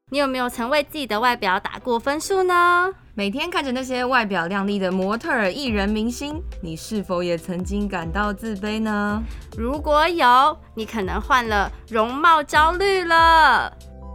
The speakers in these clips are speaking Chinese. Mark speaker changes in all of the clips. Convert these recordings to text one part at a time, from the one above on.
Speaker 1: 你有没有曾为自己的外表打过分数呢？
Speaker 2: 每天看着那些外表亮丽的模特儿、艺人、明星，你是否也曾经感到自卑呢？
Speaker 1: 如果有，你可能患了容貌焦虑了。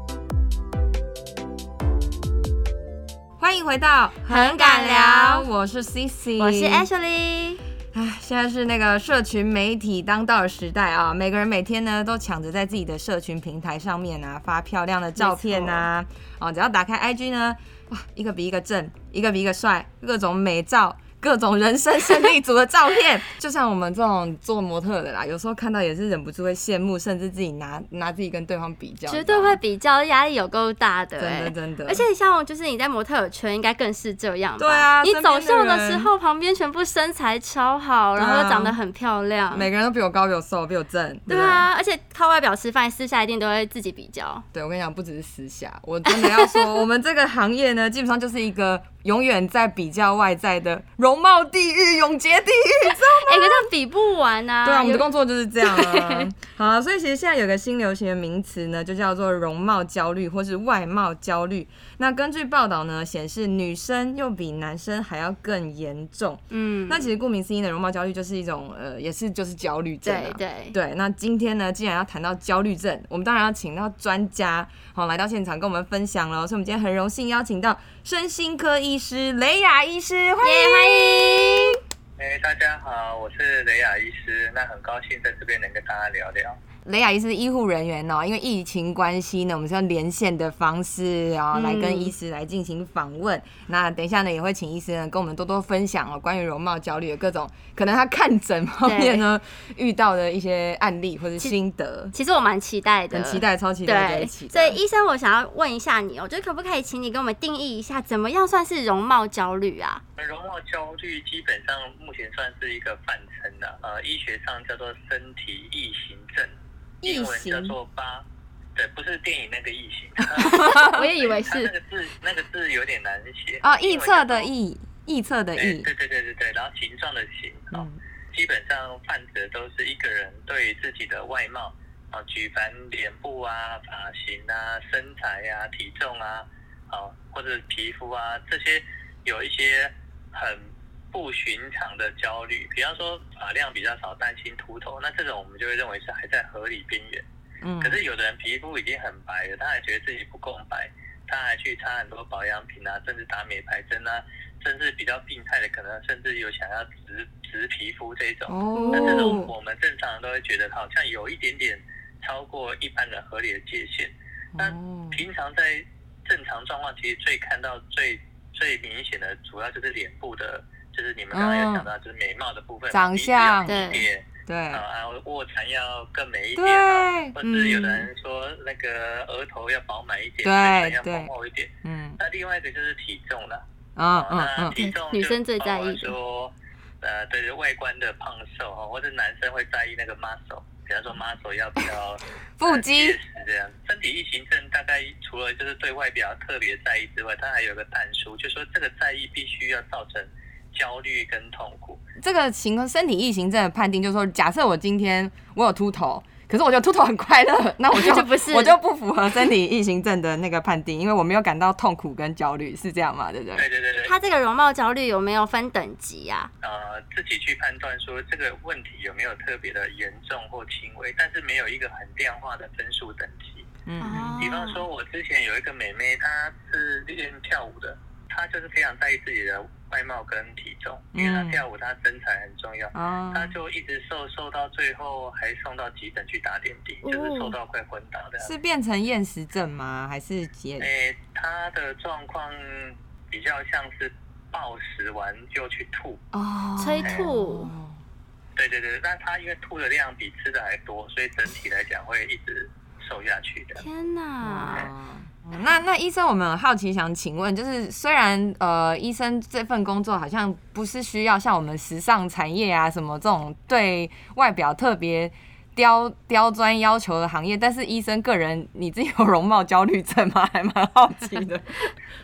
Speaker 2: 欢迎回到
Speaker 1: 很敢聊，
Speaker 2: 我是 Cici，
Speaker 1: 我是 Ashley。
Speaker 2: 现在是那个社群媒体当道的时代啊，每个人每天呢都抢着在自己的社群平台上面啊发漂亮的照片啊，只要打开 IG 呢，哇，一个比一个正，一个比一个帅，各种美照。各种人生胜利组的照片，就像我们这种做模特的啦，有时候看到也是忍不住会羡慕，甚至自己拿自己跟对方比较，
Speaker 1: 绝对会比较，压力有够大的，
Speaker 2: 真的。
Speaker 1: 而且像就是你在模特圈应该更是这样吧？
Speaker 2: 对啊，
Speaker 1: 你走秀的时候，旁边全部身材超好，然后又长得很漂亮，
Speaker 2: 每个人都比我高、比我瘦、比我正。
Speaker 1: 对啊，而且靠外表吃饭，私下一定都会自己比较。
Speaker 2: 对，我跟你讲，不只是私下，我真的要说，我们这个行业呢，基本上就是一个永远在比较外在的容貌地狱、永劫地狱，知道吗？
Speaker 1: 可是比不完啊。
Speaker 2: 对啊，我们的工作就是这样啊。好啊，所以其实现在有个新流行的名词呢，就叫做容貌焦虑或是外貌焦虑。那根据报道呢，显示女生又比男生还要更严重。那其实顾名思义的容貌焦虑就是一种也是就是焦虑症啊。对。那今天呢，既然要谈到焦虑症，我们当然要请到专家来到现场跟我们分享了。所以我们今天很荣幸邀请到身心科医师雷雅医师，欢迎。
Speaker 3: 大家好，我是雷雅医师，那很高兴在这边能跟大家聊聊。
Speaker 2: 雷雅医师是医护人员因为疫情关系呢，我们是用连线的方式来跟医师来进行访问。那等一下呢，也会请医师呢跟我们多多分享关于容貌焦虑的各种可能他看诊方面呢遇到的一些案例或者心得。
Speaker 1: 其实我蛮期待的，
Speaker 2: 很期待，超期待，
Speaker 1: 对，所以医生，我想要问一下你，我觉得可不可以请你给我们定义一下，怎么样算是容貌焦虑啊？
Speaker 3: 容貌焦虑基本上目前算是一个泛称的，医学上叫做身体异形症。英文叫做对，不是电影那个异形，
Speaker 1: 我也以为是。
Speaker 3: 那个字有点难写
Speaker 2: 臆测的臆，臆测的臆。
Speaker 3: 对，然后形状的形。基本上泛指都是一个人对于自己的外貌举凡脸部啊、发型啊、身材啊、体重啊，或者皮肤啊，这些有一些很不寻常的焦虑，比方说发量比较少，担心秃头，那这种我们就会认为是还在合理边缘。可是有的人皮肤已经很白了，他还觉得自己不够白，他还去擦很多保养品啊，甚至打美白针啊，甚至比较病态的，可能甚至有想要植皮肤这种。那这种我们正常人都会觉得好像有一点点超过一般人合理的界限。那平常在正常状况，其实看到最明显的，主要就是脸部的。就是你们刚刚有讲到，就是美貌的部分，
Speaker 2: 长相，
Speaker 3: 对，卧蚕要更美一点，或者有的人说那个额头要饱满一点，嘴唇要丰厚一点。那另外一个就是体重了，那体重
Speaker 1: 女生最在意的，
Speaker 3: 说对外观的胖瘦或者男生会在意那个 muscle， 比方说 muscle 要比较
Speaker 2: 腹肌
Speaker 3: 这样。身体异形症大概除了就是对外表特别在意之外，它还有个但书，就是说这个在意必须要造成焦虑跟痛苦。
Speaker 2: 这个身体异形症的判定就是说，假设我今天我有秃头，可是我觉得秃头很快乐，那我就不是，我就不符合身体异形症的那个判定，因为我没有感到痛苦跟焦虑，是这样吗？对不对？
Speaker 3: 对。
Speaker 1: 他这个容貌焦虑有没有分等级啊？
Speaker 3: 自己去判断说这个问题有没有特别的严重或轻微，但是没有一个很量化的分数等级。比方说，我之前有一个妹妹，她是练跳舞的，她就是非常在意自己的外貌跟体重，因为她跳舞，她身材很重要，她就一直瘦到最后还送到急诊去打点滴，就是瘦到快昏倒的。
Speaker 2: 是变成厌食症吗？还是
Speaker 3: 她的状况比较像是暴食完就去吐，
Speaker 1: 催吐。
Speaker 3: 对，那她因为吐的量比吃的还多，所以整体来讲会一直瘦下去的。
Speaker 1: 天哪！
Speaker 2: 那医生，我们很好奇想请问，就是虽然医生这份工作好像不是需要像我们时尚产业啊什么这种对外表特别刁钻要求的行业，但是医生个人你自己有容貌焦虑症吗？还蛮好奇的。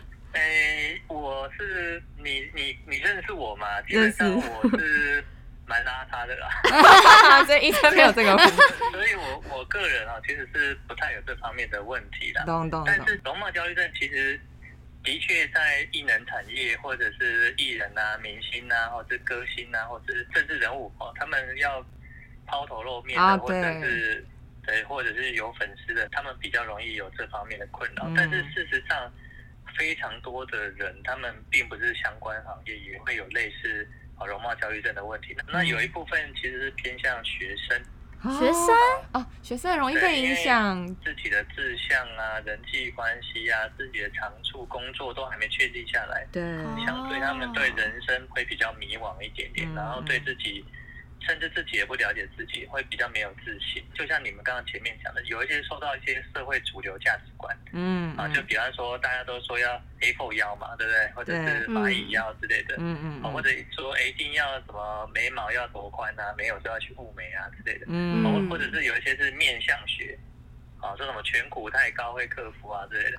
Speaker 3: 我是你认识我吗？基本上我是蛮邋遢的啦。
Speaker 2: 所以医生没有这个问题。
Speaker 3: 所以我个人啊，其实是不太有这方面的问题啦。
Speaker 2: 懂。
Speaker 3: 但是容貌焦虑症其实的确在艺能产业，或者是艺人啊、明星啊，或者是歌星啊，或者是政治人物他们要抛头露面的，或者是对，或者是有粉丝的，他们比较容易有这方面的困扰。但是事实上，非常多的人，他们并不是相关行业，也会有类似容貌焦虑症的问题。那有一部分其实是偏向学生。
Speaker 2: 学生很容易被影响，
Speaker 3: 自己的志向啊、人际关系啊、自己的长处、工作都还没确定下来，
Speaker 2: 对，
Speaker 3: 相对他们对人生会比较迷惘一点点，然后对自己，甚至自己也不了解自己，会比较没有自信。就像你们刚刚前面讲的，有一些受到一些社会主流价值观，就比方说大家都说要 A4 腰嘛，对不对？或者是蚂蚁腰之类的，或者说一定要什么眉毛要多宽啊，没有就要去雾眉啊之类的，或者是有一些是面相学，说什么颧骨太高会克服啊之类的。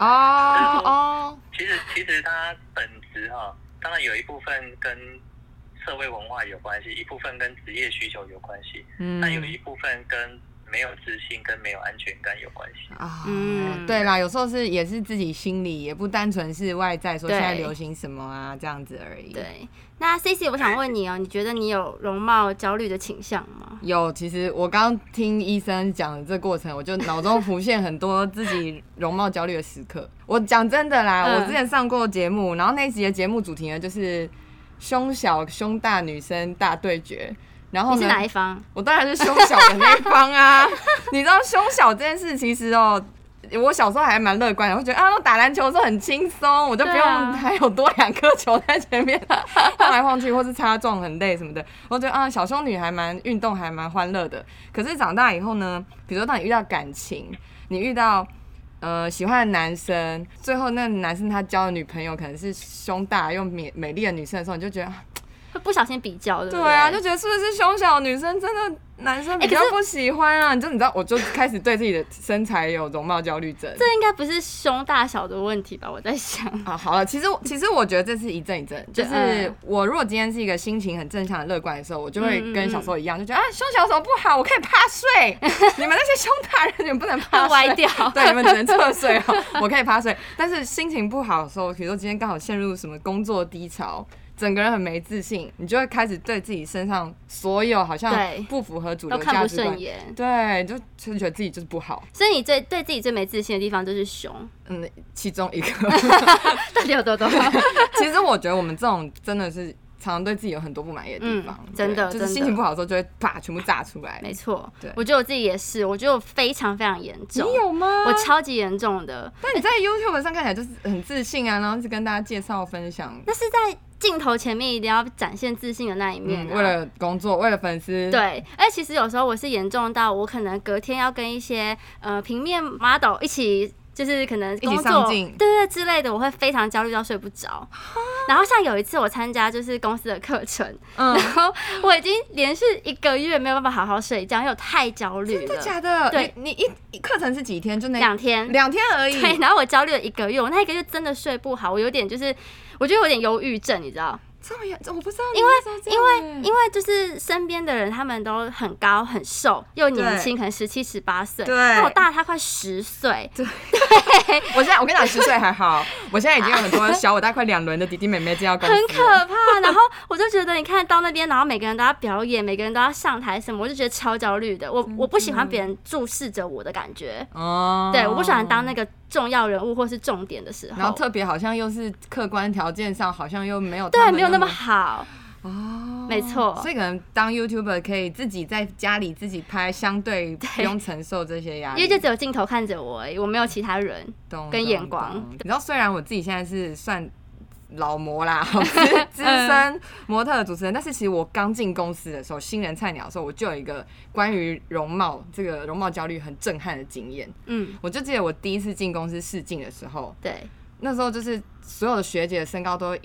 Speaker 3: 其实它本质当然有一部分跟社会文化有关系，一部分跟职业需求有关系，但有一部分跟没有自信跟没有安全感有关系。
Speaker 2: 对啦，有时候也是自己心里，也不单纯是外在说现在流行什么啊这样子而已。
Speaker 1: 对，那 CC 我想问你你觉得你有容貌焦虑的倾向吗？
Speaker 2: 有，其实我刚听医生讲的这过程，我就脑中浮现很多自己容貌焦虑的时刻。我讲真的啦，我之前上过节目，然后那一集的节目主题呢就是胸小胸大女生大对决。然后呢，
Speaker 1: 你是哪一方？
Speaker 2: 我当然是胸小的那一方啊！你知道胸小这件事，其实我小时候还蛮乐观的，我觉得那打篮球的时候很轻松，我就不用还有多2颗球在前面晃来晃去，或是擦撞很累什么的。我觉得小胸女还蛮运动，还蛮欢乐的。可是长大以后呢，比如说当你遇到感情，你遇到喜欢的男生，最后那个男生他交的女朋友可能是胸大又美丽的女生的时候，你就觉得
Speaker 1: 会不小心比较，对不对？
Speaker 2: 对啊，就觉得是不是胸小的女生真的男生比较不喜欢啊？你知道，我就开始对自己的身材有容貌焦虑症。
Speaker 1: 这应该不是胸大小的问题吧？我在想。
Speaker 2: 好了，其实我觉得这是一阵一阵，就是我如果今天是一个心情很正向、很乐观的时候，我就会跟小时候一样，就觉得胸小什么不好，我可以趴睡。你们那些胸大人，你们不能趴睡，
Speaker 1: 歪掉。
Speaker 2: 对，你们只能侧睡我可以趴睡。但是心情不好的时候，比如说今天刚好陷入什么工作低潮。整个人很没自信，你就会开始对自己身上所有好像不符合主流价值观，都看不顺
Speaker 1: 眼，
Speaker 2: 对，就觉得自己就是不好。
Speaker 1: 所以你对自己最没自信的地方就是胸，
Speaker 2: 其中一个。
Speaker 1: 到底有多多？
Speaker 2: 其实我觉得我们这种真的是常常对自己有很多不满意的地方，
Speaker 1: 真的，
Speaker 2: 就是心情不好的时候就会啪全部炸出来。
Speaker 1: 没错，我觉得我自己也是，我觉得我非常非常严重。
Speaker 2: 你有吗？
Speaker 1: 我超级严重的。
Speaker 2: 但你在 YouTube 上看起来就是很自信啊，然后一直跟大家介绍分享。
Speaker 1: 那是在镜头前面一定要展现自信的那一面
Speaker 2: 为了工作，为了粉丝。
Speaker 1: 对，其实有时候我是严重到我可能隔天要跟一些平面 model 一起。就是可能工作对之类的，我会非常焦虑到睡不着。然后像有一次我参加就是公司的课程，然后我已经连续1个月没有办法好好睡觉，因为我太焦虑了。
Speaker 2: 真的假的？对，你课程是几天？就2天，2天而已。
Speaker 1: 对，然后我焦虑了1个月，我那1个月真的睡不好，我有点就是我觉得有点忧郁症，你知道。
Speaker 2: 这么严重，我不知道。
Speaker 1: 因为就是身边的人，他们都很高很瘦又年轻，可能17、18岁。
Speaker 2: 对，
Speaker 1: 那我大他快10岁。
Speaker 2: 对，我跟你讲10岁还好，我现在已经有很多小我大概快2轮的弟弟妹妹进到公司，
Speaker 1: 很可怕。然后我就觉得，你看到那边，然后每个人都要表演，每个人都要上台什么，我就觉得超焦虑的。我不喜欢别人注视着我的感觉。对，我不喜欢当那个重要人物或是重点的时候。
Speaker 2: 然后特别好像又是客观条件上好像又没有
Speaker 1: 没有那么好。没错。
Speaker 2: 所以可能当 YouTuber 可以自己在家里自己拍，相对不用承受这些压力，
Speaker 1: 因为就只有镜头看着我而已，我没有其他人跟眼光。
Speaker 2: 你知道，虽然我自己现在是算老模啦，资深模特的主持人，但是其实我刚进公司的时候，新人菜鸟的时候，我就有一个关于容貌这个容貌焦虑很震撼的经验。我就记得我第一次进公司试镜的时候，
Speaker 1: 对，
Speaker 2: 那时候就是所有的学姐的身高都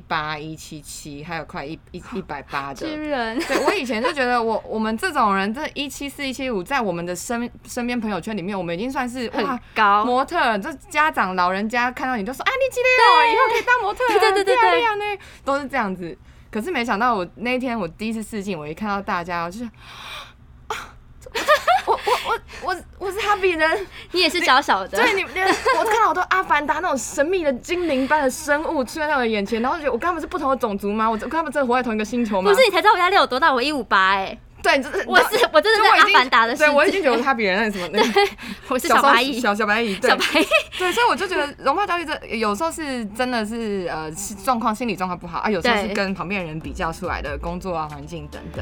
Speaker 2: 178、177，还有快180的。
Speaker 1: 巨人。
Speaker 2: 对，我以前就觉得我们这种人，这174、175，在我们的身边朋友圈里面，我们已经算是
Speaker 1: 很高
Speaker 2: 模特。就家长老人家看到你就说啊，你几岁哦，以后可以当模特，
Speaker 1: 对，
Speaker 2: 漂亮呢，都是这样子。 可是没想到我那一天我第一次试镜，我一看到大家，我就是我是哈比人，
Speaker 1: 你也是小小的，
Speaker 2: 对，我看到好多阿凡达那种神秘的精灵般的生物出现在我的眼前，然后觉得我跟他们是不同的种族吗？我跟他们真的活在同一个星球吗？
Speaker 1: 不是，你才知道我压力有多大，我158哎。对，我真的是阿凡达的世界，
Speaker 2: 对，我已经觉得我是哈比人那什么，
Speaker 1: 我是小白蚁，
Speaker 2: 小白蚁，
Speaker 1: 小白蚁，
Speaker 2: 对，所以我就觉得容貌焦虑这有时候是真的是状况，心理状况不好啊，有时候是跟旁边人比较出来的工作啊、环境等等。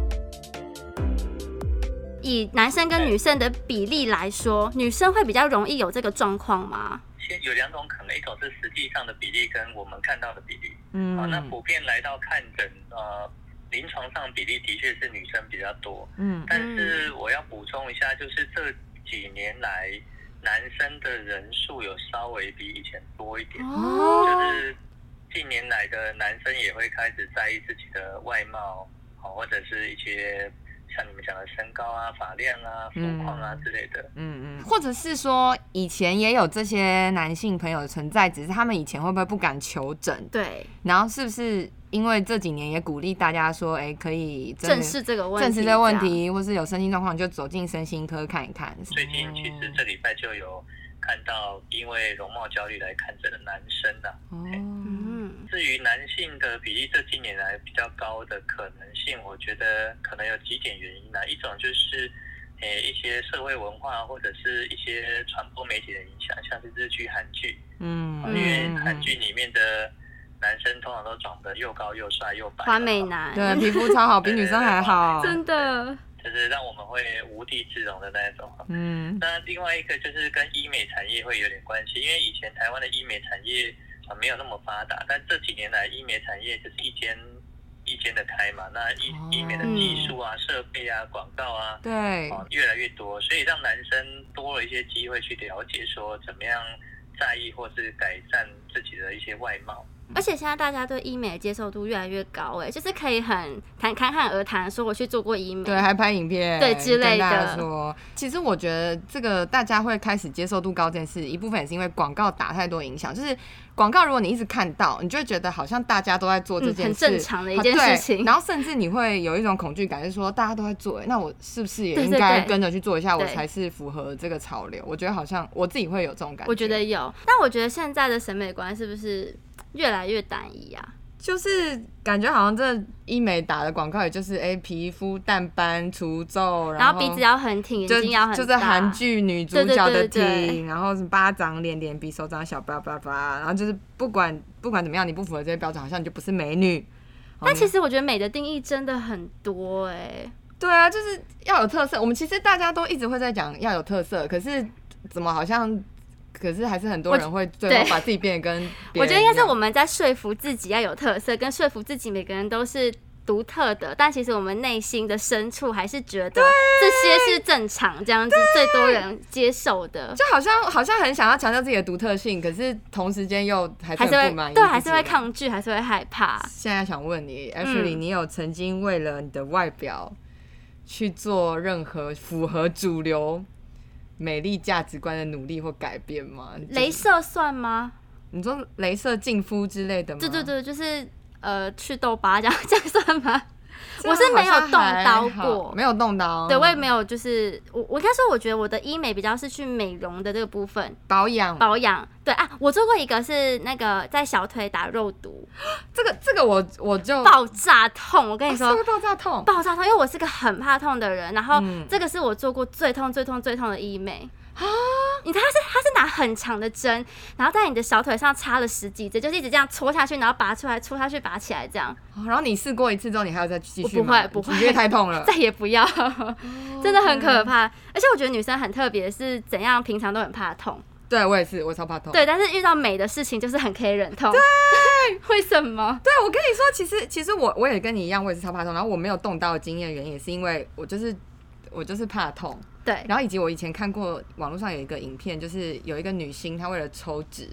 Speaker 1: 以男生跟女生的比例来说，女生会比较容易有这个状况吗？
Speaker 3: 有2种可能，一种是实际上的比例跟我们看到的比例。那普遍来到看诊，临床上比例的确是女生比较多。但是我要补充一下，就是这几年来男生的人数有稍微比以前多一点。就是近年来的男生也会开始在意自己的外貌，或者是一些像你们讲的身高啊、发量啊、肤况啊之类的。
Speaker 2: 或者是说以前也有这些男性朋友的存在，只是他们以前会不会不敢求诊？
Speaker 1: 对。
Speaker 2: 然后是不是因为这几年也鼓励大家说，可以
Speaker 1: 正视这个问题，
Speaker 2: 或是有身心状况就走进身心科看一看。
Speaker 3: 最近其实这礼拜就有看到因为容貌焦虑来看诊的男生啊。至于男性的比例，这近年来比较高的可能性，我觉得可能有几点原因一种就是一些社会文化或者是一些传播媒体的影响，像是日剧、韩剧。因为韩剧里面的男生通常都长得又高又帅又白，
Speaker 1: 花美男，
Speaker 2: 对，皮肤超好，比女生还好，
Speaker 1: 真的，
Speaker 3: 就是让我们会无地自容的那种。那另外一个就是跟医美产业会有点关系，因为以前台湾的医美产业没有那么发达，但这几年来医美产业就是一间一间的开嘛，那医美的技术啊、设备啊、广告啊，
Speaker 2: 对，
Speaker 3: 越来越多，所以让男生多了一些机会去了解说怎么样在意或是改善自己的一些外貌。
Speaker 1: 而且现在大家对医美的接受度越来越高，就是可以很侃侃而谈说我去做过医美，
Speaker 2: 对，还拍影片，
Speaker 1: 对之类的。跟
Speaker 2: 大家说，其实我觉得这个大家会开始接受度高这件事，一部分也是因为广告打太多影响，就是广告如果你一直看到，你就会觉得好像大家都在做这件事，
Speaker 1: 很正常的一件事情，
Speaker 2: 然后甚至你会有一种恐惧感，就是说大家都在做，那我是不是也应该跟着去做一下，我才是符合这个潮流？我觉得好像我自己会有这种感觉。
Speaker 1: 我觉得有，但我觉得现在的审美观是不是越来越单一啊？
Speaker 2: 就是感觉好像这医美打的广告，也就是皮肤淡斑除皱，
Speaker 1: 然后鼻子要很挺，眼睛要很大，
Speaker 2: 就是韩剧女主角的挺，然后是巴掌脸比手掌小，叭叭叭，然后就是不管怎么样，你不符合这些标准，好像你就不是美女。
Speaker 1: 但其实我觉得美的定义真的很多
Speaker 2: 对啊，就是要有特色。我们其实大家都一直会在讲要有特色，可是怎么好像？可是还是很多人会最后把自己变得跟别人一样。
Speaker 1: 我觉得应该是我们在说服自己要有特色，跟说服自己每个人都是独特的，但其实我们内心的深处还是觉得这些是正常，这样子最多人接受的。
Speaker 2: 就好像很想要强调自己的独特性，可是同时间又还是很不满意，
Speaker 1: 对，还是会抗拒，还是会害怕。
Speaker 2: 现在想问你 ，Ashley，你有曾经为了你的外表去做任何符合主流美丽价值观的努力或改变吗？
Speaker 1: 雷射算吗？
Speaker 2: 你说雷射净肤之类的吗？
Speaker 1: 对，就是去痘疤这样算吗？我是没有动刀过，
Speaker 2: 没有动刀。
Speaker 1: 对，我也没有，就是我应该说，我觉得我的医美比较是去美容的这个部分，
Speaker 2: 保养。
Speaker 1: 对啊，我做过一个是那个在小腿打肉毒，
Speaker 2: 这个我就
Speaker 1: 爆炸痛。我跟你说，
Speaker 2: 会爆炸痛，
Speaker 1: 因为我是个很怕痛的人，然后这个是我做过最痛的医美。他是拿很长的针，然后在你的小腿上插了10几针，就是一直这样戳下去，然后拔出来，戳下去，拔起来这样。
Speaker 2: 然后你试过一次之后，你还要再继续吗？
Speaker 1: 不会，
Speaker 2: 因为太痛了，
Speaker 1: 再也不要，真的很可怕。而且我觉得女生很特别，是怎样平常都很怕痛。
Speaker 2: 对，我也是，我超怕痛。
Speaker 1: 对，但是遇到美的事情就是很可以忍痛。
Speaker 2: 对，
Speaker 1: 为什么？
Speaker 2: 对，我跟你说，其实我也跟你一样，我也是超怕痛。然后我没有动刀的经验的原因，也是因为我就是怕痛。
Speaker 1: 对，
Speaker 2: 然后以及我以前看过网络上有一个影片，就是有一个女星，她为了抽脂，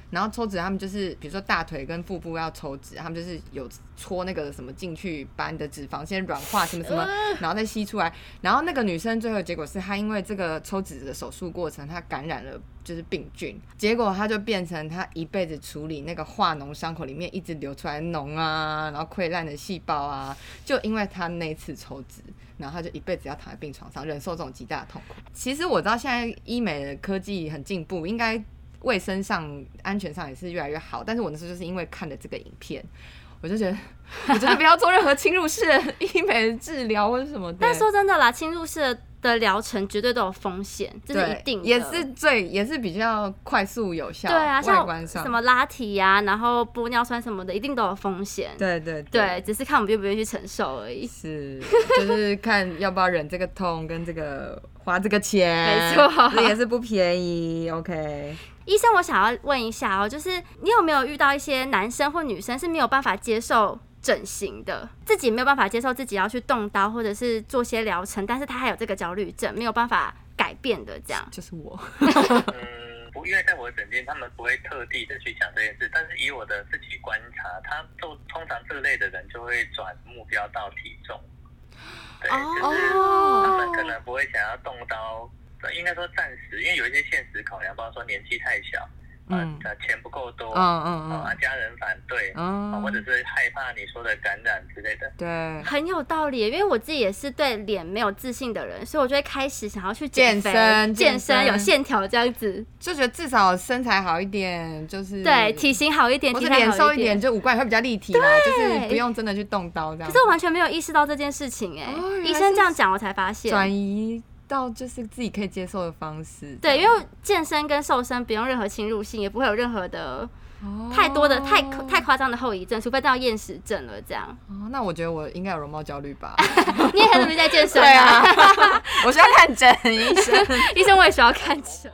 Speaker 2: 然后抽脂他们就是比如说大腿跟腹部要抽脂，他们就是有戳那个什么进去，把你的脂肪先软化什么什么，然后再吸出来。然后那个女生最后的结果是她因为这个抽脂的手术过程，她感染了就是病菌，结果她就变成她一辈子处理那个化脓伤口里面一直流出来脓啊，然后溃烂的细胞啊，就因为她那一次抽脂，然后她就一辈子要躺在病床上忍受这种极大的痛苦。其实我知道现在医美的科技很进步，应该卫生上、安全上也是越来越好，但是我那时候就是因为看了这个影片，我就觉得，我真的不要做任何侵入式的医美治疗或者什么的。
Speaker 1: 但说真的啦，侵入式的疗程绝对都有风险，这是一定的。
Speaker 2: 也是比较快速有效。
Speaker 1: 对啊，
Speaker 2: 外观上
Speaker 1: 什么拉提啊，然后玻尿酸什么的，一定都有风险。
Speaker 2: 对，
Speaker 1: 只是看我们愿不愿意去承受而已。
Speaker 2: 是，就是看要不要忍这个痛跟这个花这个钱，
Speaker 1: 没错，
Speaker 2: 这也是不便宜。OK。
Speaker 1: 医生，我想要问一下就是你有没有遇到一些男生或女生是没有办法接受整形的，自己没有办法接受自己要去动刀或者是做些疗程，但是他还有这个焦虑症，没有办法改变的这样？
Speaker 2: 就是我。
Speaker 3: 因为在我的诊间，他们不会特地的去讲这件事，但是以我的自己观察，通常这类的人就会转目标到体重，对，就是他们可能不会想要动刀。应该说暂时，因为有一些现实考量，包括说年纪太小，钱不够多，家人反对，或者是害怕你说的感染之类的。
Speaker 2: 对，
Speaker 1: 很有道理，因为我自己也是对脸没有自信的人，所以我就会开始想要去
Speaker 2: 健
Speaker 1: 身，有线条这样子，
Speaker 2: 就觉得至少身材好一点，就是
Speaker 1: 对体型好一点，
Speaker 2: 或者脸瘦一点，就五官会比较立体啦，就是不用真的去动刀这样。
Speaker 1: 可是我完全没有意识到这件事情医生这样讲我才发现，
Speaker 2: 转移到就是自己可以接受的方式。
Speaker 1: 对，因为健身跟瘦身不用任何侵入性，也不会有任何的太多的太夸张的后遗症，除非到厌食症了这样。
Speaker 2: 那我觉得我应该有容貌焦虑吧？
Speaker 1: 你也很努力在健身
Speaker 2: 对啊，我需要看诊，医生，
Speaker 1: 医生我也需要看诊。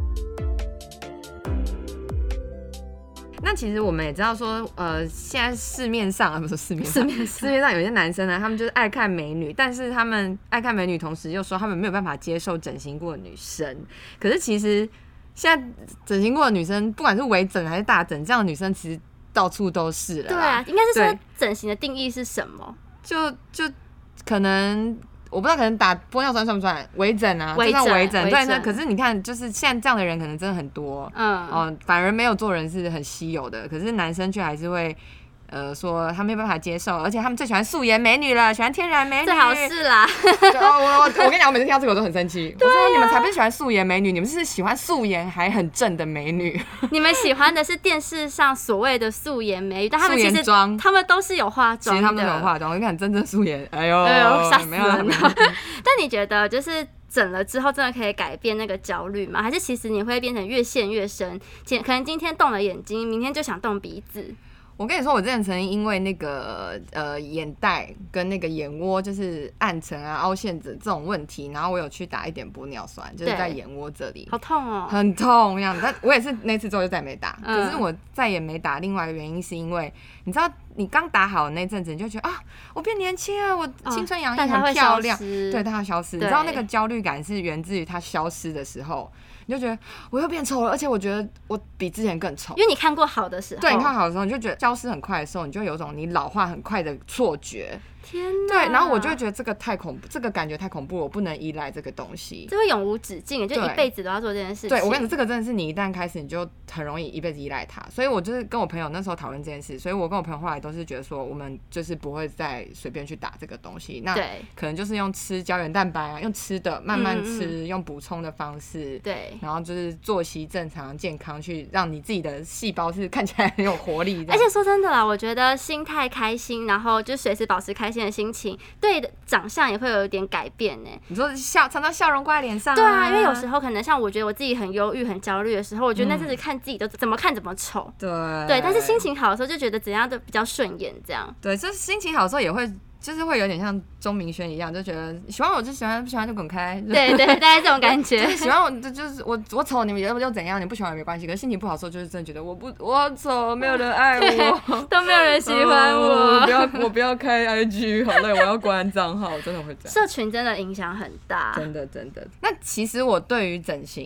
Speaker 2: 那其实我们也知道说，现在市面上不是市面上有些男生呢，他们就是爱看美女，但是他们爱看美女，同时又说他们没有办法接受整形过的女生。可是其实现在整形过的女生，不管是微整还是大整，这样的女生其实到处都是了。
Speaker 1: 对啊，应该是说整形的定义是什么？
Speaker 2: 就可能。我不知道，可能打玻尿酸算不算微整啊？就算微整，对。可是你看，就是现在这样的人可能真的很多，反而没有做人是很稀有的。可是男生却还是会，说他没有办法接受，而且他们最喜欢素颜美女了，喜欢天然美女。
Speaker 1: 最好是啦。
Speaker 2: 我跟你讲，我每次听到这个我都很生气。我说你们才不是喜欢素颜美女，你们是喜欢素颜还很正的美女。
Speaker 1: 你们喜欢的是电视上所谓的素颜美女，但他们其实他们都是有化妆的。
Speaker 2: 其实他们都有化妆，我看真正素颜，哎呦，
Speaker 1: 吓死人了。但你觉得就是整了之后真的可以改变那个焦虑吗？还是其实你会变成越陷越深？可能今天动了眼睛，明天就想动鼻子。
Speaker 2: 我跟你说，我之前曾经因为那个眼袋跟那个眼窝就是暗沉啊、凹陷这种问题，然后我有去打一点玻尿酸，就是在眼窝这里，
Speaker 1: 好痛哦，
Speaker 2: 很痛样子。但我也是那次之后就再也没打。可是我再也没打，另外一个原因是因为你知道，你刚打好的那阵子，你就觉得啊，我变年轻了，我青春洋溢，很漂亮，对，它会消失。你知道那个焦虑感是源自于它消失的时候。你就觉得我又变丑了，而且我觉得我比之前更丑，
Speaker 1: 因为你看过好的时候，
Speaker 2: 对，你看好的时候，你就觉得消失很快的时候，你就有种你老化很快的错觉。
Speaker 1: 天哪！
Speaker 2: 对，然后我就会觉得这个太恐怖，这个感觉太恐怖，我不能依赖这个东西，
Speaker 1: 这会永无止境，就一辈子都要做这件事情。
Speaker 2: 对，我跟你说，这个真的是你一旦开始，你就很容易一辈子依赖它。所以我就是跟我朋友那时候讨论这件事，所以我跟我朋友后来都是觉得说，我们就是不会再随便去打这个东西，那可能就是用吃胶原蛋白啊，用吃的慢慢吃，用补充的方式，
Speaker 1: 对，
Speaker 2: 然后就是作息正常、健康，去让你自己的细胞是看起来很有活力。
Speaker 1: 而且说真的啦，我觉得心态开心，然后就随时保持开心的心情。对的，长相也会有一点改变呢。
Speaker 2: 你说常常笑容挂在脸上，
Speaker 1: 对啊，因为有时候可能像我觉得我自己很忧郁、很焦虑的时候，我觉得那阵子看自己都怎么看怎么丑。
Speaker 2: 对，
Speaker 1: 但是心情好的时候就觉得怎样都比较顺眼，这样。
Speaker 2: 对，就是心情好的时候也会。就是会有点像钟明轩一样，就觉得喜欢我就喜欢，不喜欢就滚开。
Speaker 1: 对，大概这种感觉。
Speaker 2: 就是喜欢我，就是我丑，你们又怎样？你不喜欢也没关系。可是心情不好的时候，就是真的觉得我丑，没有人爱我，
Speaker 1: 都没有人喜欢我。
Speaker 2: 我不要开 IG， 好累，我要关账号，真的会这样。
Speaker 1: 社群真的影响很大，
Speaker 2: 真的。那其实我对于整形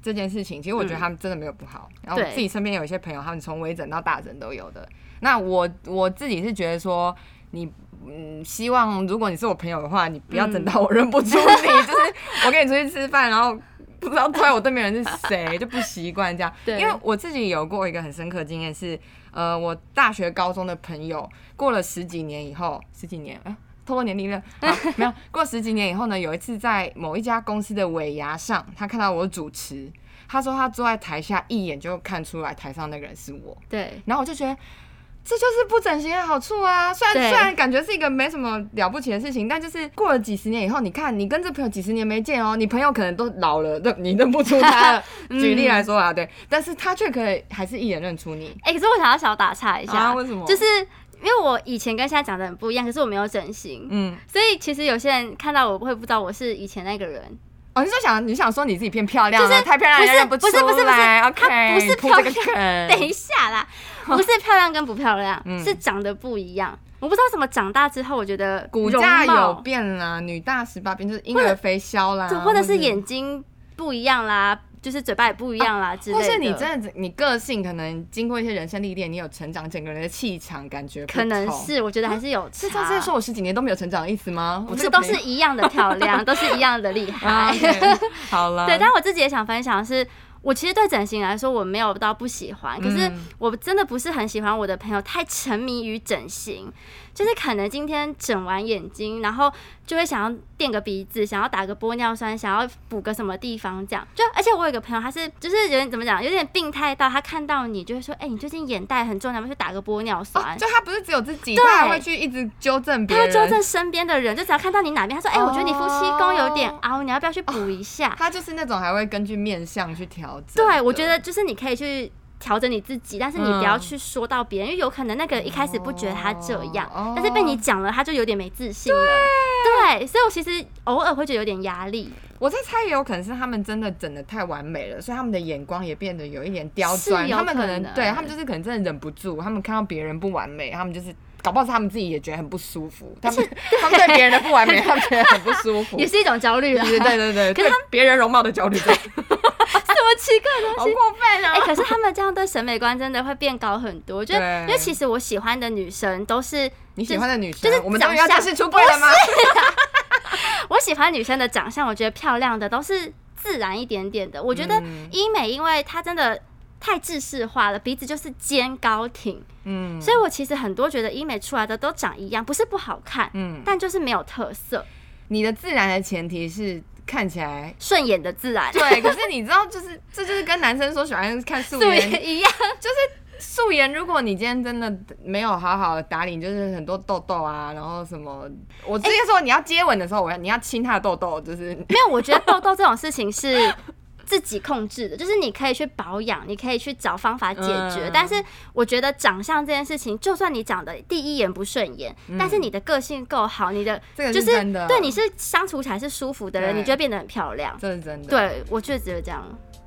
Speaker 2: 这件事情，其实我觉得他们真的没有不好。然后我自己身边有一些朋友，他们从微整到大整都有的。那我自己是觉得说，你希望如果你是我朋友的话，你不要整到我认不出你，就是我跟你出去吃饭，然后不知道突然我对面人是谁，就不习惯这样。因为我自己有过一个很深刻的经验是，我大学高中的朋友过了10几年以后，10几年透露年龄了，没有过10几年以后呢，有一次在某一家公司的尾牙上，他看到我主持，他说他坐在台下一眼就看出来台上那个人是我。
Speaker 1: 对，
Speaker 2: 然后我就觉得这就是不整形的好处啊！虽然感觉是一个没什么了不起的事情，但就是过了几十年以后，你看你跟这朋友几十年没见哦，你朋友可能都老了，你认不出他了。举例来说啊，对，但是他却可以还是一眼认出你。
Speaker 1: 可是我想要小打岔一下，
Speaker 2: 为什么？
Speaker 1: 就是因为我以前跟现在长得很不一样，可是我没有整形，所以其实有些人看到我会不知道我是以前那个人。
Speaker 2: 你想说你自己变漂亮了，就是太漂亮人认不出来。
Speaker 1: OK， 不是漂
Speaker 2: 亮。
Speaker 1: 等一下啦，不是漂亮跟不漂亮，是长得不一样。我不知道怎么长大之后，我觉得
Speaker 2: 骨架有变啦，女大18变，就是婴儿肥消啦，
Speaker 1: 或者是眼睛不一样啦。就是嘴巴也不一样啦之类的，
Speaker 2: 或是你真的你个性可能经过一些人生历练，你有成长，整个人的气场感觉不同。
Speaker 1: 可能是，我觉得还是有差。
Speaker 2: 是说我10几年都没有成长的意思吗？
Speaker 1: 我这都是一样的漂亮，都是一样的厉害。
Speaker 2: 好了，
Speaker 1: 对，但我自己也想分享的是，我其实对整形来说我没有到不喜欢，可是我真的不是很喜欢我的朋友太沉迷于整形，就是可能今天整完眼睛，然后就会想要垫个鼻子，想要打个玻尿酸，想要补个什么地方这样。就而且我有一个朋友，他是就是有点怎么讲，有点病态到他看到你就会说，你最近眼袋很重，要不要去打个玻尿酸？
Speaker 2: 就他不是只有自己，他还会去一直纠正别人，
Speaker 1: 他会纠正身边的人，就只要看到你哪边，他说，我觉得你夫妻宫有点凹，你要不要去补一下？
Speaker 2: 他就是那种还会根据面相去调整。
Speaker 1: 对，我觉得就是你可以去调整你自己，但是你不要去说到别人，因为有可能那个一开始不觉得他这样，但是被你讲了，他就有点没自信了。对，所以我其实偶尔会觉得有点压力。
Speaker 2: 我在猜，也有可能是他们真的整得太完美了，所以他们的眼光也变得有一点刁钻。他们可能对他们就是可能真的忍不住，他们看到别人不完美，他们就是搞不好是他们自己也觉得很不舒服。他们对别人的不完美，他们觉得很不舒服，
Speaker 1: 也是一种焦虑啦。
Speaker 2: 对，可是别人容貌的焦虑。
Speaker 1: 什么奇怪的东西，
Speaker 2: 好过分啊！
Speaker 1: 可是他们这样对审美观真的会变高很多。我觉得，因为其实我喜欢的女生都是
Speaker 2: 你喜欢的女生，
Speaker 1: 就是
Speaker 2: 我们终于要正式出柜了吗？
Speaker 1: 我喜欢女生的长相，我觉得漂亮的都是自然一点点的。我觉得医美，因为它真的太制式化了，鼻子就是尖高挺，所以我其实很多觉得医美出来的都长一样，不是不好看，但就是没有特色。
Speaker 2: 你的自然的前提是看起来
Speaker 1: 顺眼的自然，
Speaker 2: 对。可是你知道，这就是跟男生说喜欢看素颜
Speaker 1: 一样，
Speaker 2: 就是素颜。如果你今天真的没有好好的打理，就是很多痘痘啊，然后什么，我之前说你要接吻的时候，你要亲他的痘痘，就是
Speaker 1: 没有。我觉得痘痘这种事情是自己控制的，就是你可以去保养，你可以去找方法解决。但是我觉得长相这件事情，就算你长得第一眼不顺眼，但是你的个性够好，你的就是对你是相处起来是舒服的人，你就会变得很漂亮。
Speaker 2: 这是真的。
Speaker 1: 对，我就觉得这样。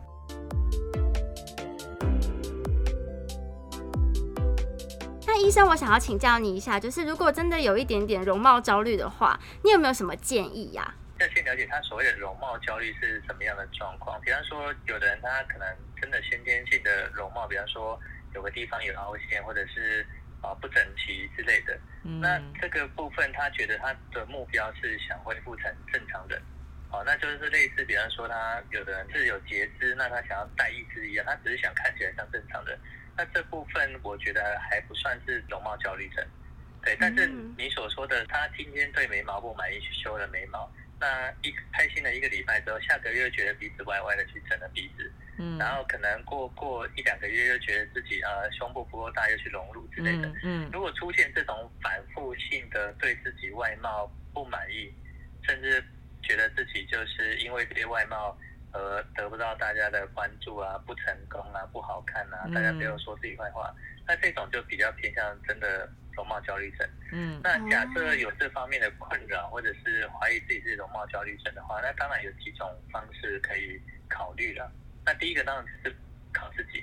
Speaker 1: 那医生，我想要请教你一下，就是如果真的有一点点容貌焦虑的话，你有没有什么建议呀？
Speaker 3: 要先了解他所谓的容貌焦虑是什么样的状况。比方说，有的人他可能真的先天性的容貌，比方说有个地方有凹陷，或者是不整齐之类的。那这个部分，他觉得他的目标是想恢复成正常人。那就是类似，比方说他有的人是有截肢，那他想要戴义肢一样，他只是想看起来像正常人。那这部分我觉得还不算是容貌焦虑症。对，但是你所说的，他今天对眉毛不满意，去修了眉毛。那开心了1个礼拜之后，下个月觉得鼻子歪歪的，去整了鼻子，然后可能过1-2个月又觉得自己胸部不够大，又去隆乳之类的。如果出现这种反复性的对自己外貌不满意，甚至觉得自己就是因为这些外貌而得不到大家的关注啊，不成功啊，不好看啊，大家没有说自己坏话，那这种就比较偏向真的容貌焦虑症。那假设有这方面的困扰，或者是怀疑自己是容貌焦虑症的话，那当然有几种方式可以考虑了。那第一个当然是靠自己。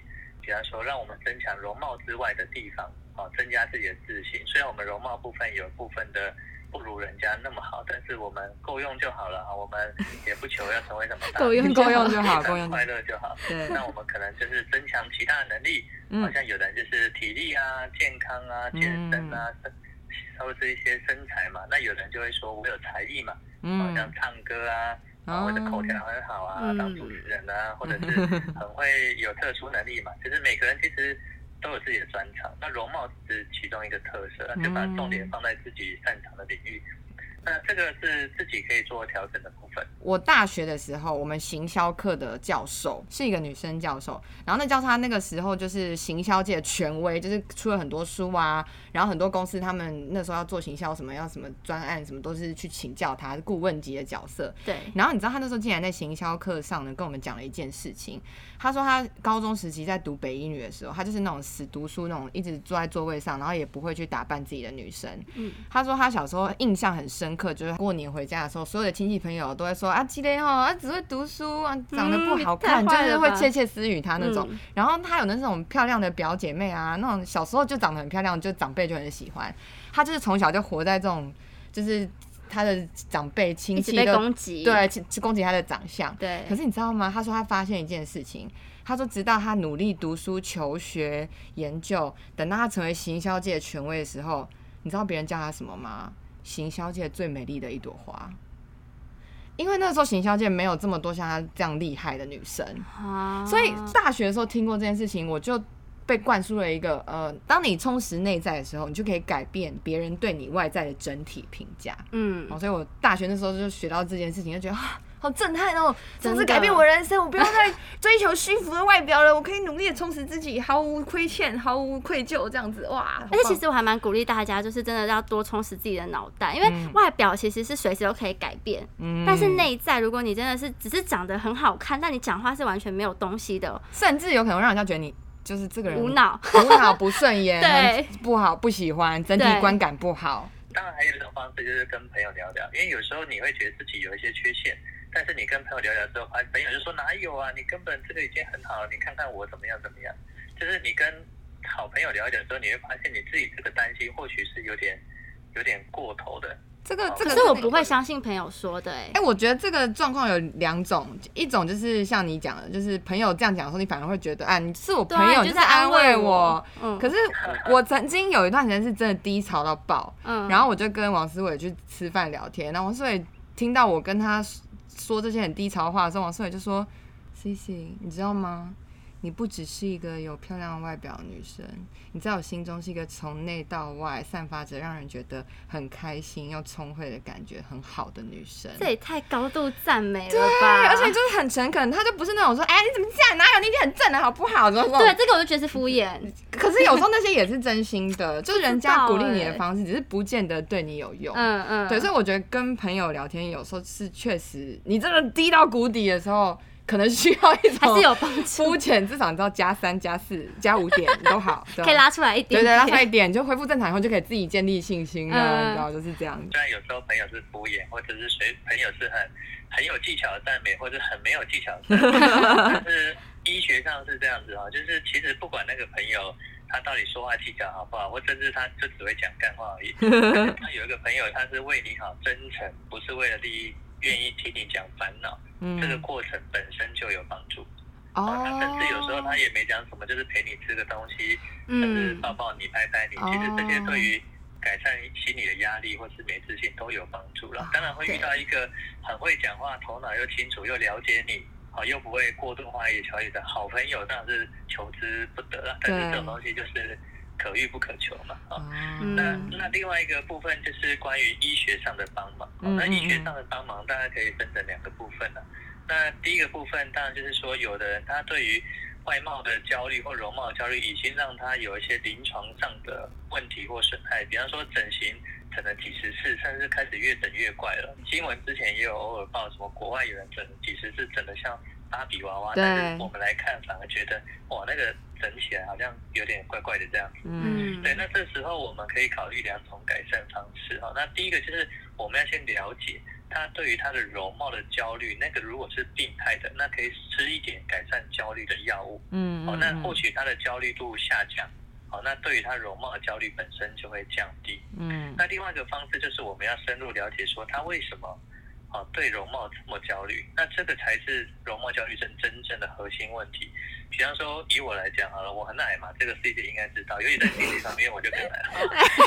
Speaker 3: 比方说让我们增强容貌之外的地方，增加自己的自信。虽然我们容貌部分有部分的不如人家那么好，但是我们够用就好了，我们也不求要成为什么大
Speaker 1: 够用
Speaker 2: 就好，够用
Speaker 3: 快乐就好。对，那我们可能就是增强其他的能力，好像有人就是体力啊、健康啊、健身啊，或者一些身材嘛。那有人就会说我有才艺嘛，好像唱歌啊。或者口条很好啊，当主持人啊，或者是很会有特殊能力嘛。其实每个人其实都有自己的专长，那容貌只是其中一个特色，就把重点放在自己擅长的领域。那这个是自己可以做调整的部分。
Speaker 2: 我大学的时候，我们行销课的教授是一个女生教授，然后那教授她那个时候就是行销界的权威，就是出了很多书啊，然后很多公司他们那时候要做行销什么，要什么专案什么，都是去请教她，顾问级的角色。
Speaker 1: 对。
Speaker 2: 然后你知道她那时候竟然在行销课上呢，跟我们讲了一件事情。她说她高中时期在读北一女的时候，她就是那种死读书那种，一直坐在座位上，然后也不会去打扮自己的女生。她说她小时候印象很深刻，就是过年回家的时候，所有的亲戚朋友都会说啊，基雷哦，只会读书啊，长得不好看，就是会窃窃私语她那种。然后她有那种漂亮的表姐妹啊，那种小时候就长得很漂亮，就长辈就很喜欢。她就是从小就活在这种，就是她的长辈亲戚
Speaker 1: 被攻击，
Speaker 2: 对，攻击她的长相。
Speaker 1: 对。
Speaker 2: 可是你知道吗？她说她发现一件事情。他说直到他努力读书求学研究，等到他成为行销界的权威的时候，你知道别人叫他什么吗？行销界最美丽的一朵花。因为那时候行销界没有这么多像他这样厉害的女生，所以大学的时候听过这件事情，我就被灌输了一个当你充实内在的时候，你就可以改变别人对你外在的整体评价。所以我大学那时候就学到这件事情，就觉得好震撼哦！从此改变我人生，我不用再追求虚浮的外表了，我可以努力的充实自己，毫无亏欠，毫无愧疚，这样子哇！
Speaker 1: 而且其实我还蛮鼓励大家，就是真的要多充实自己的脑袋，因为外表其实是随时都可以改变，但是内在，如果你真的是只是长得很好看，但你讲话是完全没有东西的，
Speaker 2: 甚至有可能让人家觉得你就是这个人
Speaker 1: 无脑、
Speaker 2: 不顺眼，
Speaker 1: 对，
Speaker 2: 不好，不喜欢，整体观感不好。
Speaker 3: 当然还有一种方式就是跟朋友聊聊，因为有时候你会觉得自己有一些缺陷。但是你跟朋友聊聊之后，朋友就说哪有啊，你根本这个已经很好了，你看看我怎么样怎么样。就是你跟好朋友聊一聊之后，你会发现你自己这个担心或许是有点过头的。
Speaker 2: 这个
Speaker 1: 是我不会相信朋友说的。
Speaker 2: 我觉得这个状况有两种，一种就是像你讲的，就是朋友这样讲的时候，你反而会觉得你是我朋友，
Speaker 1: 你
Speaker 2: 就是安慰我。可是我曾经有一段时间是真的低潮到爆，然后我就跟王思伟去吃饭聊天，然后王思伟听到我跟他说这些很低潮的话的时候，王思伟就说 ：“Cici， 你知道吗？你不只是一个有漂亮外表的女生，你在我心中是一个从内到外散发着让人觉得很开心又聪慧的感觉，很好的女生。”
Speaker 1: 这也太高度赞美了吧！
Speaker 2: 对，而且就是很诚恳，他就不是那种说：“哎，你怎么这样？哪有你一定很正的好不好？”
Speaker 1: 对，这个我就觉得是敷衍。
Speaker 2: 可是有时候那些也是真心的，就是人家鼓励你的方式，只是不见得对你有用。对，所以我觉得跟朋友聊天有时候是确实，你真的低到谷底的时候。可能需要一种
Speaker 1: 还是有帮助，
Speaker 2: 肤浅，至少你知道+3、+4、+5点都好，
Speaker 1: 可以拉出来一点，
Speaker 2: 对，拉出来一点，就恢复正常以后就可以自己建立信心了，你知道就是这样。
Speaker 3: 虽然有时候朋友是敷衍，或者是朋友是很有技巧的赞美，或者很没有技巧的赞美，但是医学上是这样子就是其实不管那个朋友他到底说话技巧好不好，或甚至他就只会讲干话而已。他有一个朋友，他是为你好，真诚，不是为了利益，愿意听你讲烦恼。这个过程本身就有帮助。他甚至有时候他也没讲什么，就是陪你吃个东西，甚至抱抱你、拍拍你。其实这些对于改善心理的压力或是没自信都有帮助了。当然会遇到一个很会讲话、头脑又清楚、又了解你，又不会过度花言巧语的好朋友，当然是求之不得了。但是这种东西就是可遇不可求嘛。那另外一个部分就是关于医学上的帮忙。那医学上的帮忙大概可以分成2个部分了。那第一个部分当然就是说，有的人他对于外貌的焦虑或容貌焦虑，已经让他有一些临床上的问题或损害，比方说整形整了几十次，甚至开始越整越怪了。新闻之前也有偶尔报什么国外有人整几十次，整得像芭比娃娃，但是我们来看反而觉得哇，那个整起来好像有点怪怪的这样子。对，那这时候我们可以考虑2种改善方式。那第一个就是我们要先了解他对于他的容貌的焦虑，那个如果是病态的，那可以吃一点改善焦虑的药物。那或许他的焦虑度下降。那对于他容貌的焦虑本身就会降低。那另外一个方式就是我们要深入了解说他为什么对容貌这么焦虑，那这个才是容貌焦虑症真正的核心问题。比方说以我来讲好了，我很矮嘛，这个 C 姐应该知道，尤其在心理上面我就更矮了。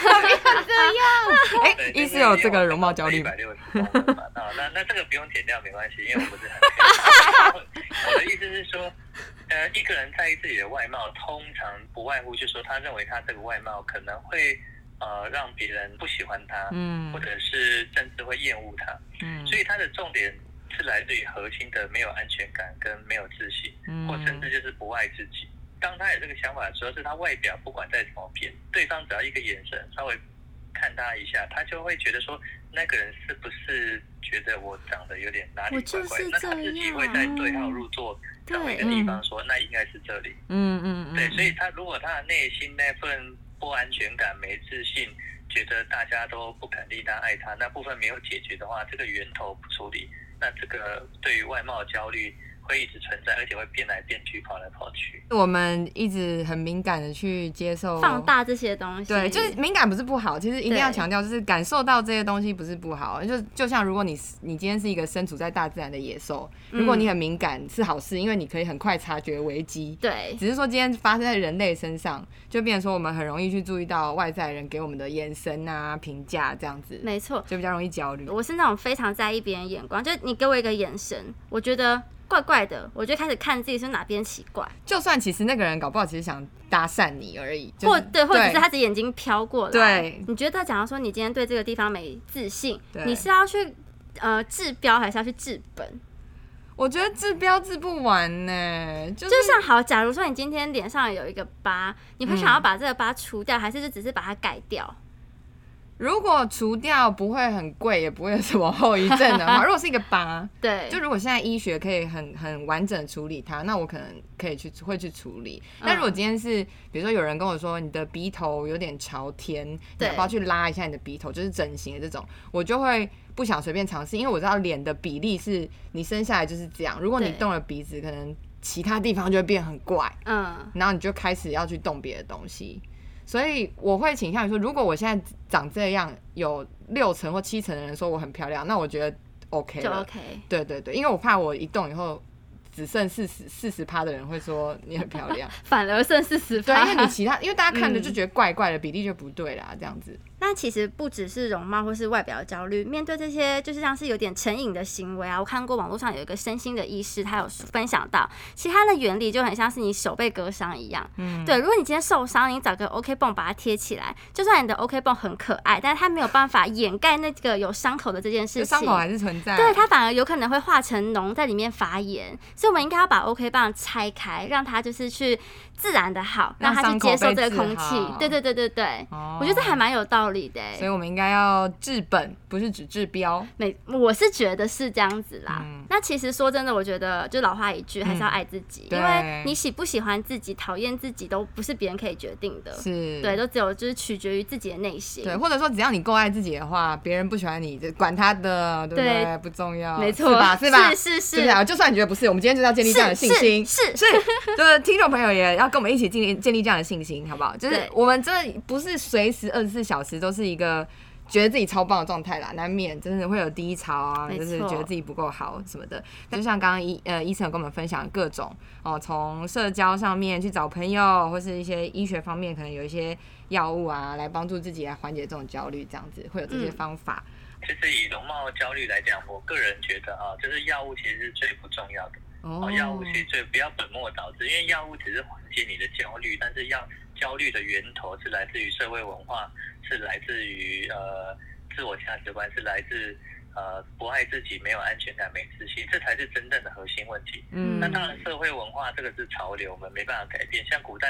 Speaker 2: 这样，医师有这个容貌焦虑
Speaker 3: ？160公分嘛，那这个不用剪掉没关系，因为我不是很我的意思是说，一个人在意自己的外貌，通常不外乎就是说他认为他这个外貌可能会让别人不喜欢他，或者是甚至会厌恶他，所以他的重点是来自于核心的没有安全感跟没有自信，或甚至就是不爱自己。当他有这个想法的时候，是他外表不管再怎么变，对方只要一个眼神稍微看他一下，他就会觉得说那个人是不是觉得我长得有点哪里怪怪，那他自己会在对号入座找一个地方说那应该是这里。对，所以他如果他的内心那份不安全感、没自信，觉得大家都不肯利他、爱他，那部分没有解决的话，这个源头不处理，那这个对于外貌焦虑会一直存在，而且会变来变去、跑来跑去。
Speaker 2: 我们一直很敏感的去接受、
Speaker 1: 放大这些东西。
Speaker 2: 对，就是敏感不是不好，其实一定要强调，就是感受到这些东西不是不好。就像如果你今天是一个身处在大自然的野兽，如果你很敏感是好事，因为你可以很快察觉危机。
Speaker 1: 对，
Speaker 2: 只是说今天发生在人类身上，就变成说我们很容易去注意到外在人给我们的眼神啊、评价这样子。
Speaker 1: 没错，
Speaker 2: 就比较容易焦虑。
Speaker 1: 我是那种非常在意别人眼光，就是你给我一个眼神，我觉得怪怪的，我就开始看自己是哪边奇怪。
Speaker 2: 就算其实那个人搞不好其实想搭讪你而已，
Speaker 1: 或者是他的眼睛飘过来。
Speaker 2: 对，
Speaker 1: 你觉得假如说你今天对这个地方没自信，你是要去治标还是要去治本？
Speaker 2: 我觉得治标治不完呢，就
Speaker 1: 像好，假如说你今天脸上有一个疤，你会想要把这个疤除掉，还是就只是把它改掉？
Speaker 2: 如果除掉不会很贵，也不会有什么后遗症的话，如果是一个疤，
Speaker 1: 对，
Speaker 2: 就如果现在医学可以很完整处理它，那我可能会去处理。但如果今天是比如说有人跟我说你的鼻头有点朝天，你要不要去拉一下你的鼻头，就是整形的这种，我就会不想随便尝试，因为我知道脸的比例是你生下来就是这样，如果你动了鼻子，可能其他地方就会变很怪，然后你就开始要去动别的东西。所以我会倾向于说，如果我现在长这样，有60%或70%的人说我很漂亮，那我觉得 OK 了，
Speaker 1: 就 OK。
Speaker 2: 对对对，因为我怕我一动以后，只剩40%的人会说你很漂亮，
Speaker 1: 反而剩40%。
Speaker 2: 对，因为你因为大家看着就觉得怪怪的，比例就不对啦，这样子。
Speaker 1: 那其实不只是容貌或是外表焦虑，面对这些就是像是有点成瘾的行为啊，我看过网络上有一个身心的医师，他有分享到，其实它的原理就很像是你手被割伤一样。对，如果你今天受伤，你找个 OK 绷把它贴起来，就算你的 OK 绷很可爱，但是它没有办法掩盖那个有伤口的这件事情，
Speaker 2: 伤口还是存在。
Speaker 1: 对，它反而有可能会化成脓在里面发炎，所以我们应该要把 OK 棒拆开，让它就是去自然的好，让它去接受这个空气。对对对对对，我觉得这还蛮有道理的。
Speaker 2: 所以我们应该要治本，不是只治标。
Speaker 1: 我是觉得是这样子啦。那其实说真的，我觉得就老话一句，还是要爱自己，因为你喜不喜欢自己、讨厌自己，都不是别人可以决定的。
Speaker 2: 是，
Speaker 1: 对，都只有就是取决于自己的内心。
Speaker 2: 对，或者说只要你够爱自己的话，别人不喜欢你，就管他的，对不对？不重要，
Speaker 1: 没错，
Speaker 2: 是吧？
Speaker 1: 是，
Speaker 2: 就算你觉得不是，我们今天就是要建立这样的信心，就是听众朋友也要跟我们一起建立这样的信心，好不好？就是我们真的不是随时24小时都是一个觉得自己超棒的状态啦，难免真的会有低潮啊，就是觉得自己不够好什么的。就像刚刚医生有跟我们分享各种从社交上面去找朋友，或是一些医学方面可能有一些药物啊，来帮助自己来缓解这种焦虑，这样子会有这些方法。
Speaker 3: 其实以容貌焦虑来讲，我个人觉得就是药物其实是最不重要的。药物其实最不要本末倒置，因为药物只是缓解你的焦虑，但是焦虑的源头是来自于社会文化，是来自于自我价值观，是来自不爱自己、没有安全感、没自信，这才是真正的核心问题。那当然，社会文化这个是潮流，我们没办法改变。像古代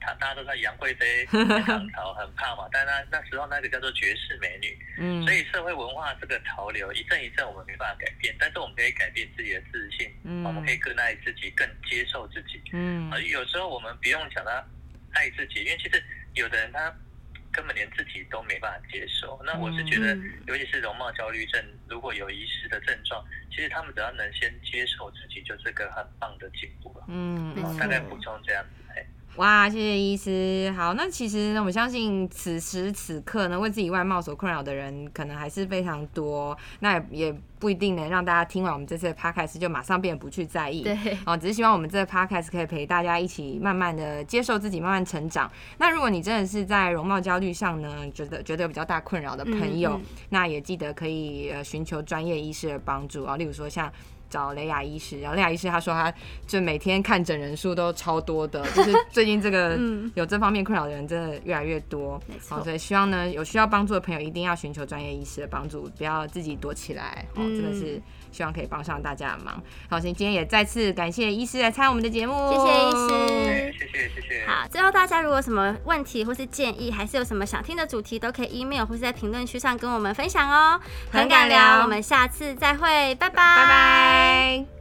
Speaker 3: 大家都知道杨贵妃唐朝很胖嘛，但那时候那个叫做绝世美女，所以社会文化这个潮流一阵一阵我们没办法改变，但是我们可以改变自己的自信，我们可以更爱自己，更接受自己，有时候我们不用讲到爱自己，因为其实有的人他根本连自己都没办法接受。那我是觉得，尤其是容貌焦虑症，如果有遗失的症状，其实他们只要能先接受自己，就是个很棒的进步了。大概补充这样子。
Speaker 2: 哇，谢谢医师。好，那其实呢，我相信此时此刻呢，为自己外貌所困扰的人可能还是非常多。那也不一定能让大家听完我们这次的 podcast 就马上变得不去在意。
Speaker 1: 对，
Speaker 2: 只是希望我们这个 podcast 可以陪大家一起慢慢的接受自己，慢慢成长。那如果你真的是在容貌焦虑上呢，觉得有比较大困扰的朋友，那也记得可以寻求专业医师的帮助啊，例如说像找雷雅医师，然后雷雅医师他说他就每天看诊人数都超多的，就是最近这个有这方面困扰的人真的越来越多，所以希望呢有需要帮助的朋友一定要寻求专业医师的帮助，不要自己躲起来，真的是希望可以帮上大家的忙。好，所以今天也再次感谢医师来参与我们的节目，
Speaker 1: 谢谢医师，
Speaker 3: 谢谢。
Speaker 1: 好，最后大家如果有什么问题或是建议，还是有什么想听的主题，都可以 email 或是在评论区上跟我们分享哦。很敢聊，我们下次再会，拜拜。
Speaker 2: 拜拜。